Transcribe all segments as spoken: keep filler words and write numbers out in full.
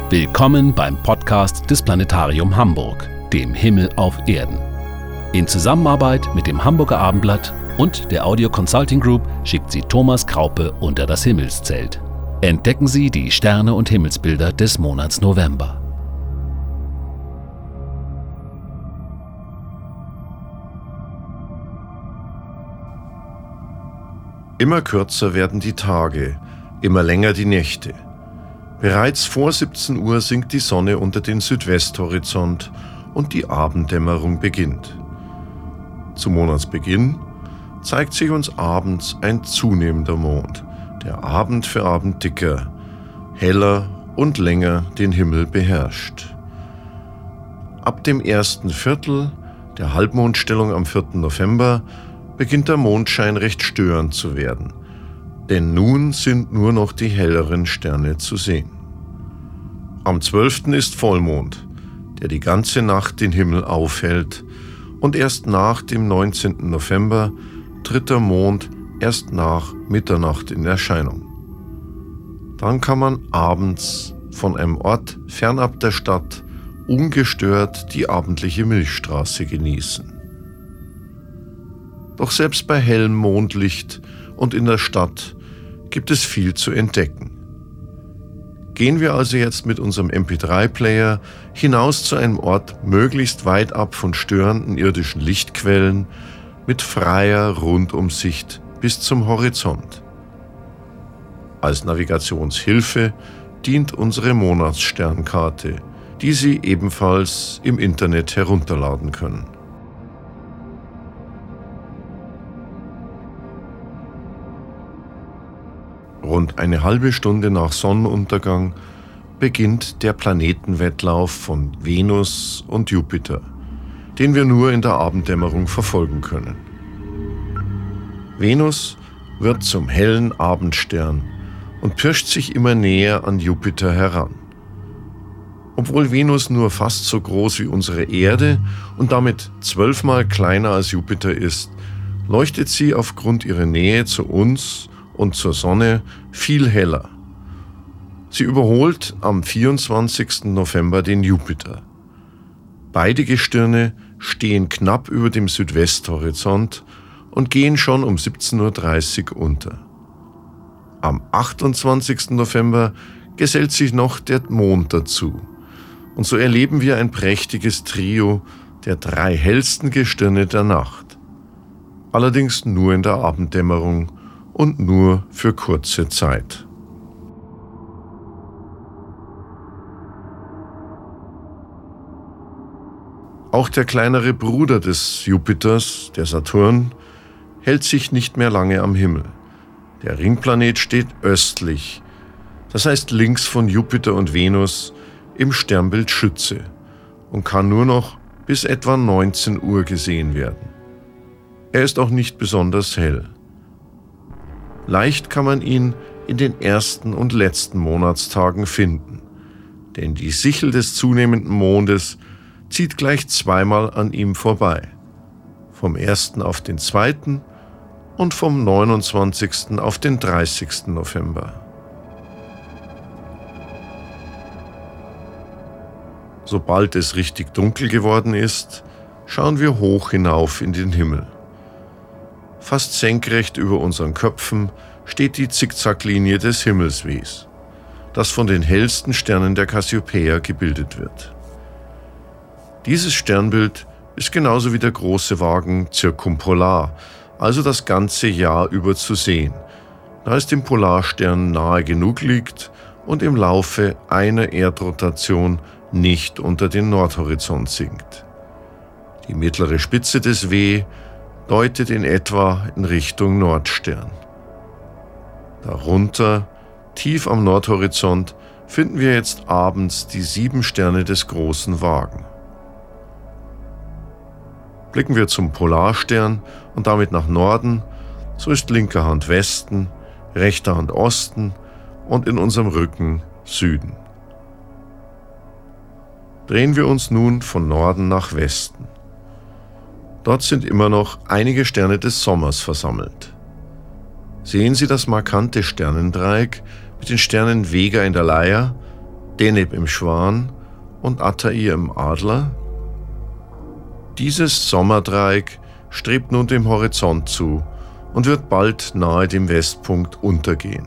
Willkommen beim Podcast des Planetarium Hamburg, dem Himmel auf Erden. In Zusammenarbeit mit dem Hamburger Abendblatt und der Audio Consulting Group schickt sie Thomas Kraupe unter das Himmelszelt. Entdecken Sie die Sterne und Himmelsbilder des Monats November. Immer kürzer werden die Tage, immer länger die Nächte. Bereits vor siebzehn Uhr sinkt die Sonne unter den Südwesthorizont und die Abenddämmerung beginnt. Zu Monatsbeginn zeigt sich uns abends ein zunehmender Mond, der Abend für Abend dicker, heller und länger den Himmel beherrscht. Ab dem ersten Viertel der Halbmondstellung am vierten November beginnt der Mondschein recht störend zu werden, denn nun sind nur noch die helleren Sterne zu sehen. Am zwölften ist Vollmond, der die ganze Nacht den Himmel aufhält, und erst nach dem neunzehnten November tritt der Mond erst nach Mitternacht in Erscheinung. Dann kann man abends von einem Ort fernab der Stadt ungestört die abendliche Milchstraße genießen. Doch selbst bei hellem Mondlicht und in der Stadt gibt es viel zu entdecken. Gehen wir also jetzt mit unserem M P drei Player hinaus zu einem Ort möglichst weit ab von störenden irdischen Lichtquellen mit freier Rundumsicht bis zum Horizont. Als Navigationshilfe dient unsere Monatssternkarte, die Sie ebenfalls im Internet herunterladen können. Rund eine halbe Stunde nach Sonnenuntergang beginnt der Planetenwettlauf von Venus und Jupiter, den wir nur in der Abenddämmerung verfolgen können. Venus wird zum hellen Abendstern und pirscht sich immer näher an Jupiter heran. Obwohl Venus nur fast so groß wie unsere Erde und damit zwölfmal kleiner als Jupiter ist, leuchtet sie aufgrund ihrer Nähe zu uns und zur Sonne viel heller. Sie überholt am vierundzwanzigsten November den Jupiter. Beide Gestirne stehen knapp über dem Südwesthorizont und gehen schon um siebzehn Uhr dreißig unter. Am achtundzwanzigsten November gesellt sich noch der Mond dazu. Und so erleben wir ein prächtiges Trio der drei hellsten Gestirne der Nacht. Allerdings nur in der Abenddämmerung und nur für kurze Zeit. Auch der kleinere Bruder des Jupiters, der Saturn, hält sich nicht mehr lange am Himmel. Der Ringplanet steht östlich, das heißt links von Jupiter und Venus im Sternbild Schütze und kann nur noch bis etwa neunzehn Uhr gesehen werden. Er ist auch nicht besonders hell. Leicht kann man ihn in den ersten und letzten Monatstagen finden, denn die Sichel des zunehmenden Mondes zieht gleich zweimal an ihm vorbei, vom ersten auf den zweiten und vom neunundzwanzigsten auf den dreißigsten November. Sobald es richtig dunkel geworden ist, schauen wir hoch hinauf in den Himmel. Fast senkrecht über unseren Köpfen steht die Zickzacklinie des Himmelswehs, das von den hellsten Sternen der Kassiopeia gebildet wird. Dieses Sternbild ist genauso wie der große Wagen zirkumpolar, also das ganze Jahr über zu sehen, da es dem Polarstern nahe genug liegt und im Laufe einer Erdrotation nicht unter den Nordhorizont sinkt. Die mittlere Spitze des W deutet in etwa in Richtung Nordstern. Darunter, tief am Nordhorizont, finden wir jetzt abends die sieben Sterne des großen Wagen. Blicken wir zum Polarstern und damit nach Norden, so ist linker Hand Westen, rechter Hand Osten und in unserem Rücken Süden. Drehen wir uns nun von Norden nach Westen. Dort sind immer noch einige Sterne des Sommers versammelt. Sehen Sie das markante Sternendreieck mit den Sternen Vega in der Leier, Deneb im Schwan und Altair im Adler. Dieses Sommerdreieck strebt nun dem Horizont zu und wird bald nahe dem Westpunkt untergehen.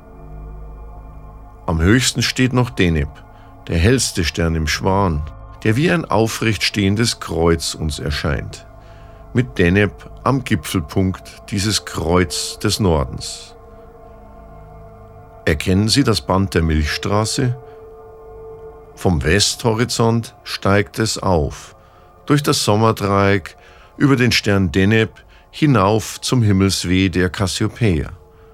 Am höchsten steht noch Deneb, der hellste Stern im Schwan, der wie ein aufrecht stehendes Kreuz uns erscheint, mit Deneb am Gipfelpunkt dieses Kreuz des Nordens. Erkennen Sie das Band der Milchstraße? Vom Westhorizont steigt es auf, durch das Sommerdreieck, über den Stern Deneb hinauf zum Himmelsweh der Kassiopeia.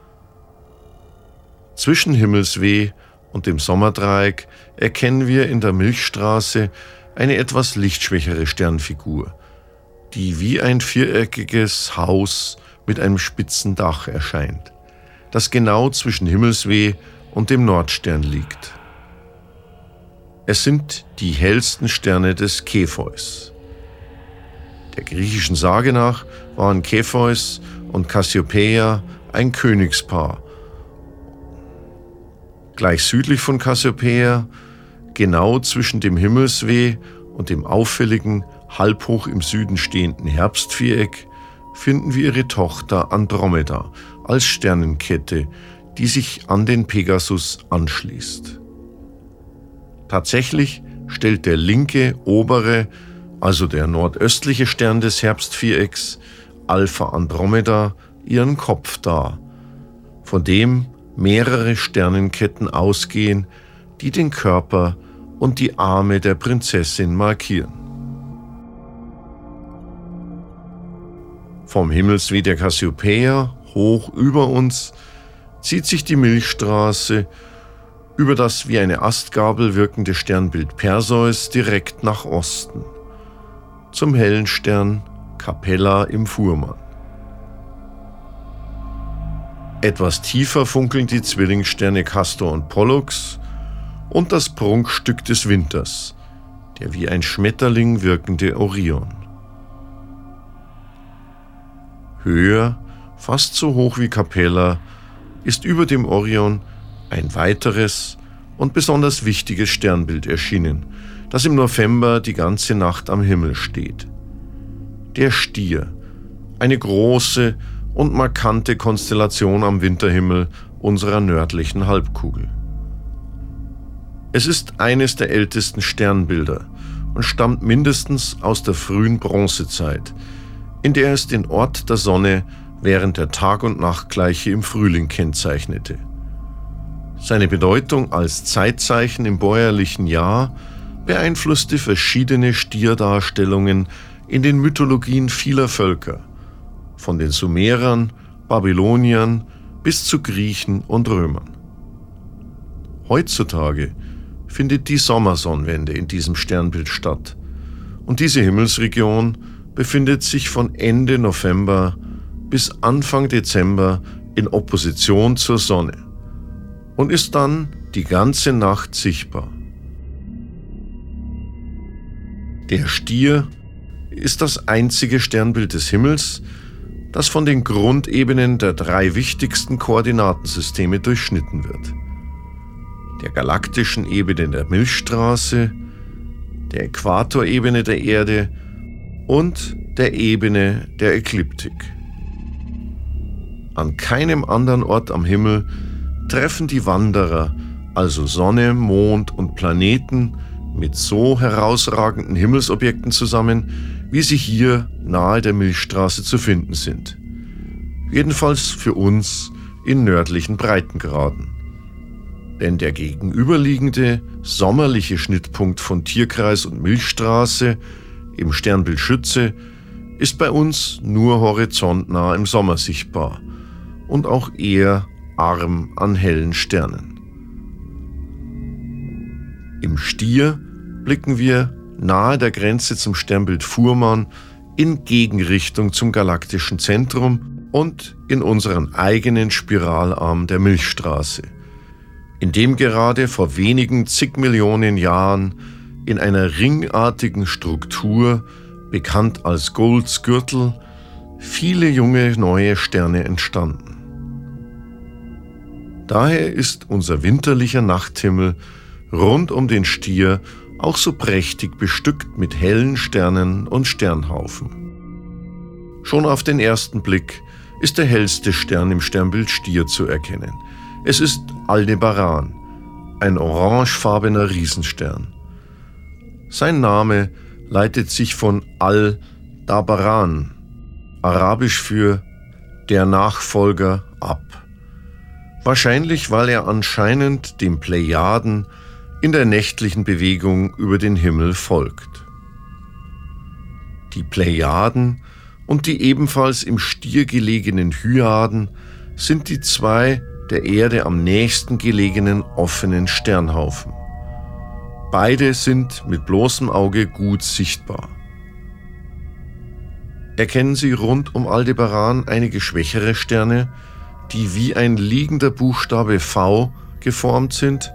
Zwischen Himmelsweh und dem Sommerdreieck erkennen wir in der Milchstraße eine etwas lichtschwächere Sternfigur, die wie ein viereckiges Haus mit einem spitzen Dach erscheint, das genau zwischen Himmelsweh und dem Nordstern liegt. Es sind die hellsten Sterne des Kepheus. Der griechischen Sage nach waren Kepheus und Kassiopeia ein Königspaar. Gleich südlich von Kassiopeia, genau zwischen dem Himmelsweh und dem auffälligen, halbhoch im Süden stehenden Herbstviereck, finden wir ihre Tochter Andromeda als Sternenkette, die sich an den Pegasus anschließt. Tatsächlich stellt der linke, obere, also der nordöstliche Stern des Herbstvierecks, Alpha Andromeda, ihren Kopf dar, von dem mehrere Sternenketten ausgehen, die den Körper und die Arme der Prinzessin markieren. Vom Himmelsweh der Kassiopeia, hoch über uns, zieht sich die Milchstraße über das wie eine Astgabel wirkende Sternbild Perseus direkt nach Osten, zum hellen Stern Capella im Fuhrmann. Etwas tiefer funkeln die Zwillingssterne Castor und Pollux und das Prunkstück des Winters, der wie ein Schmetterling wirkende Orion. Höher, fast so hoch wie Capella, ist über dem Orion ein weiteres und besonders wichtiges Sternbild erschienen, das im November die ganze Nacht am Himmel steht. Der Stier, eine große und markante Konstellation am Winterhimmel unserer nördlichen Halbkugel. Es ist eines der ältesten Sternbilder und stammt mindestens aus der frühen Bronzezeit, in der es den Ort der Sonne während der Tag- und Nachtgleiche im Frühling kennzeichnete. Seine Bedeutung als Zeitzeichen im bäuerlichen Jahr beeinflusste verschiedene Stierdarstellungen in den Mythologien vieler Völker, von den Sumerern, Babyloniern bis zu Griechen und Römern. Heutzutage findet die Sommersonnenwende in diesem Sternbild statt und diese Himmelsregion befindet sich von Ende November bis Anfang Dezember in Opposition zur Sonne und ist dann die ganze Nacht sichtbar. Der Stier ist das einzige Sternbild des Himmels, das von den Grundebenen der drei wichtigsten Koordinatensysteme durchschnitten wird: der galaktischen Ebene der Milchstraße, der Äquatorebene der Erde und der Ebene der Ekliptik. An keinem anderen Ort am Himmel treffen die Wanderer, also Sonne, Mond und Planeten, mit so herausragenden Himmelsobjekten zusammen, wie sie hier nahe der Milchstraße zu finden sind. Jedenfalls für uns in nördlichen Breitengraden. Denn der gegenüberliegende, sommerliche Schnittpunkt von Tierkreis und Milchstraße im Sternbild Schütze ist bei uns nur horizontnah im Sommer sichtbar und auch eher arm an hellen Sternen. Im Stier blicken wir nahe der Grenze zum Sternbild Fuhrmann in Gegenrichtung zum galaktischen Zentrum und in unseren eigenen Spiralarm der Milchstraße, in dem gerade vor wenigen zig Millionen Jahren in einer ringartigen Struktur, bekannt als Golds Gürtel, viele junge neue Sterne entstanden. Daher ist unser winterlicher Nachthimmel rund um den Stier auch so prächtig bestückt mit hellen Sternen und Sternhaufen. Schon auf den ersten Blick ist der hellste Stern im Sternbild Stier zu erkennen. Es ist Aldebaran, ein orangefarbener Riesenstern. Sein Name leitet sich von Al-Dabaran, arabisch für der Nachfolger, ab. Wahrscheinlich, weil er anscheinend den Plejaden in der nächtlichen Bewegung über den Himmel folgt. Die Plejaden und die ebenfalls im Stier gelegenen Hyaden sind die zwei der Erde am nächsten gelegenen offenen Sternhaufen. Beide sind mit bloßem Auge gut sichtbar. Erkennen Sie rund um Aldebaran einige schwächere Sterne, die wie ein liegender Buchstabe V geformt sind?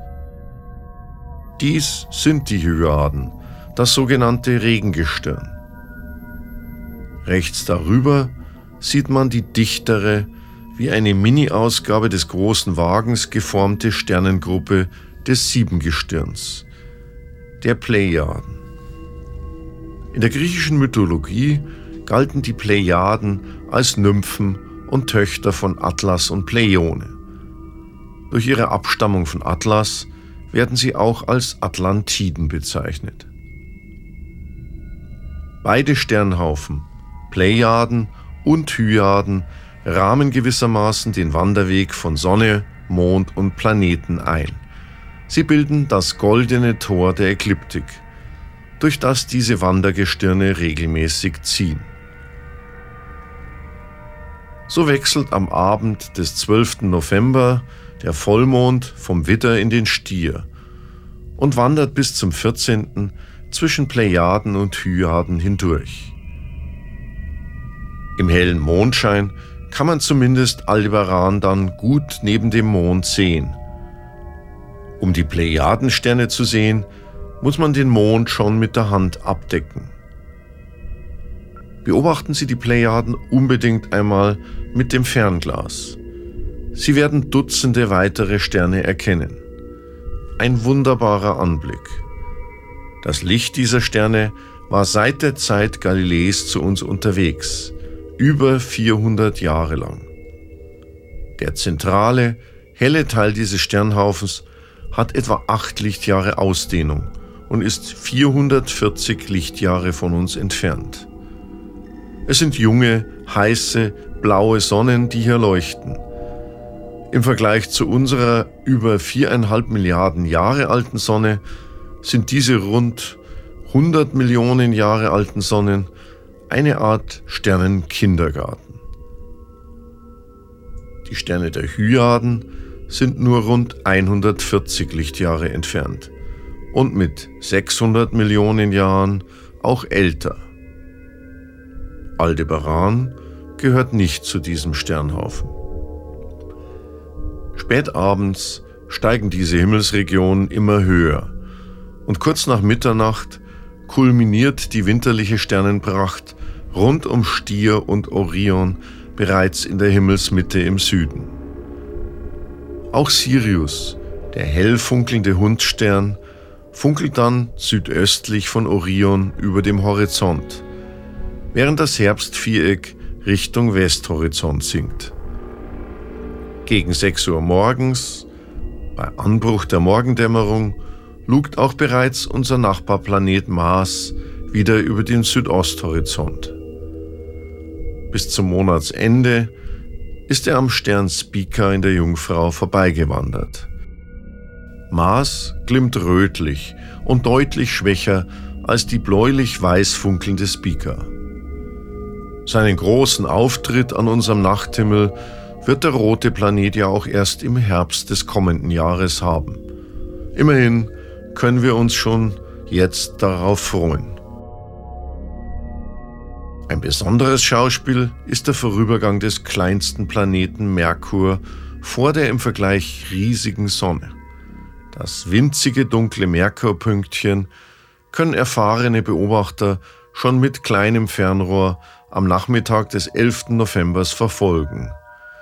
Dies sind die Hyaden, das sogenannte Regengestirn. Rechts darüber sieht man die dichtere, wie eine Mini-Ausgabe des großen Wagens geformte Sternengruppe des Siebengestirns, der Plejaden. In der griechischen Mythologie galten die Plejaden als Nymphen und Töchter von Atlas und Pleione. Durch ihre Abstammung von Atlas werden sie auch als Atlantiden bezeichnet. Beide Sternhaufen, Plejaden und Hyaden, rahmen gewissermaßen den Wanderweg von Sonne, Mond und Planeten ein. Sie bilden das goldene Tor der Ekliptik, durch das diese Wandergestirne regelmäßig ziehen. So wechselt am Abend des zwölften November der Vollmond vom Widder in den Stier und wandert bis zum vierzehnten zwischen Plejaden und Hyaden hindurch. Im hellen Mondschein kann man zumindest Aldebaran dann gut neben dem Mond sehen. Um die Plejadensterne zu sehen, muss man den Mond schon mit der Hand abdecken. Beobachten Sie die Plejaden unbedingt einmal mit dem Fernglas. Sie werden Dutzende weitere Sterne erkennen. Ein wunderbarer Anblick. Das Licht dieser Sterne war seit der Zeit Galileis zu uns unterwegs, über vierhundert Jahre lang. Der zentrale, helle Teil dieses Sternhaufens hat etwa acht Lichtjahre Ausdehnung und ist vierhundertvierzig Lichtjahre von uns entfernt. Es sind junge, heiße, blaue Sonnen, die hier leuchten. Im Vergleich zu unserer über viereinhalb Milliarden Jahre alten Sonne sind diese rund hundert Millionen Jahre alten Sonnen eine Art Sternenkindergarten. Die Sterne der Hyaden sind nur rund hundertvierzig Lichtjahre entfernt und mit sechshundert Millionen Jahren auch älter. Aldebaran gehört nicht zu diesem Sternhaufen. Spätabends steigen diese Himmelsregionen immer höher und kurz nach Mitternacht kulminiert die winterliche Sternenpracht rund um Stier und Orion bereits in der Himmelsmitte im Süden. Auch Sirius, der hell funkelnde Hundstern, funkelt dann südöstlich von Orion über dem Horizont, während das Herbstviereck Richtung Westhorizont sinkt. Gegen sechs Uhr morgens, bei Anbruch der Morgendämmerung, lugt auch bereits unser Nachbarplanet Mars wieder über den Südosthorizont. Bis zum Monatsende ist er am Stern Spica in der Jungfrau vorbeigewandert. Mars glimmt rötlich und deutlich schwächer als die bläulich-weiß funkelnde Spica. Seinen großen Auftritt an unserem Nachthimmel wird der rote Planet ja auch erst im Herbst des kommenden Jahres haben. Immerhin können wir uns schon jetzt darauf freuen. Ein besonderes Schauspiel ist der Vorübergang des kleinsten Planeten Merkur vor der im Vergleich riesigen Sonne. Das winzige dunkle Merkurpünktchen können erfahrene Beobachter schon mit kleinem Fernrohr am Nachmittag des elften Novembers verfolgen.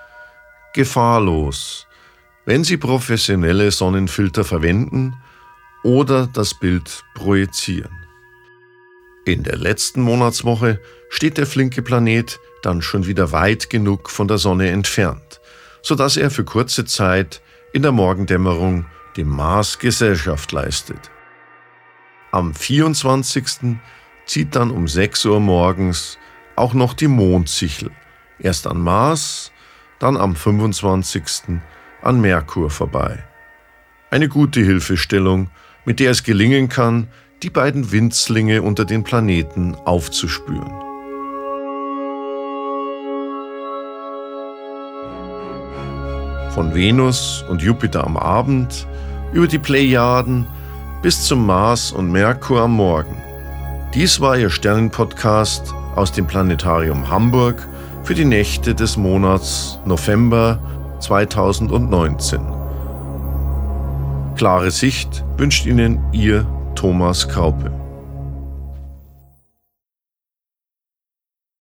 Gefahrlos, wenn Sie professionelle Sonnenfilter verwenden oder das Bild projizieren. In der letzten Monatswoche steht der flinke Planet dann schon wieder weit genug von der Sonne entfernt, sodass er für kurze Zeit in der Morgendämmerung dem Mars Gesellschaft leistet. Am vierundzwanzigsten zieht dann um sechs Uhr morgens auch noch die Mondsichel, erst an Mars, dann am fünfundzwanzigsten an Merkur vorbei. Eine gute Hilfestellung, mit der es gelingen kann, die beiden Winzlinge unter den Planeten aufzuspüren. Von Venus und Jupiter am Abend, über die Plejaden bis zum Mars und Merkur am Morgen. Dies war Ihr Sternenpodcast aus dem Planetarium Hamburg für die Nächte des Monats November zweitausendneunzehn. Klare Sicht wünscht Ihnen Ihr Thomas Kraupe.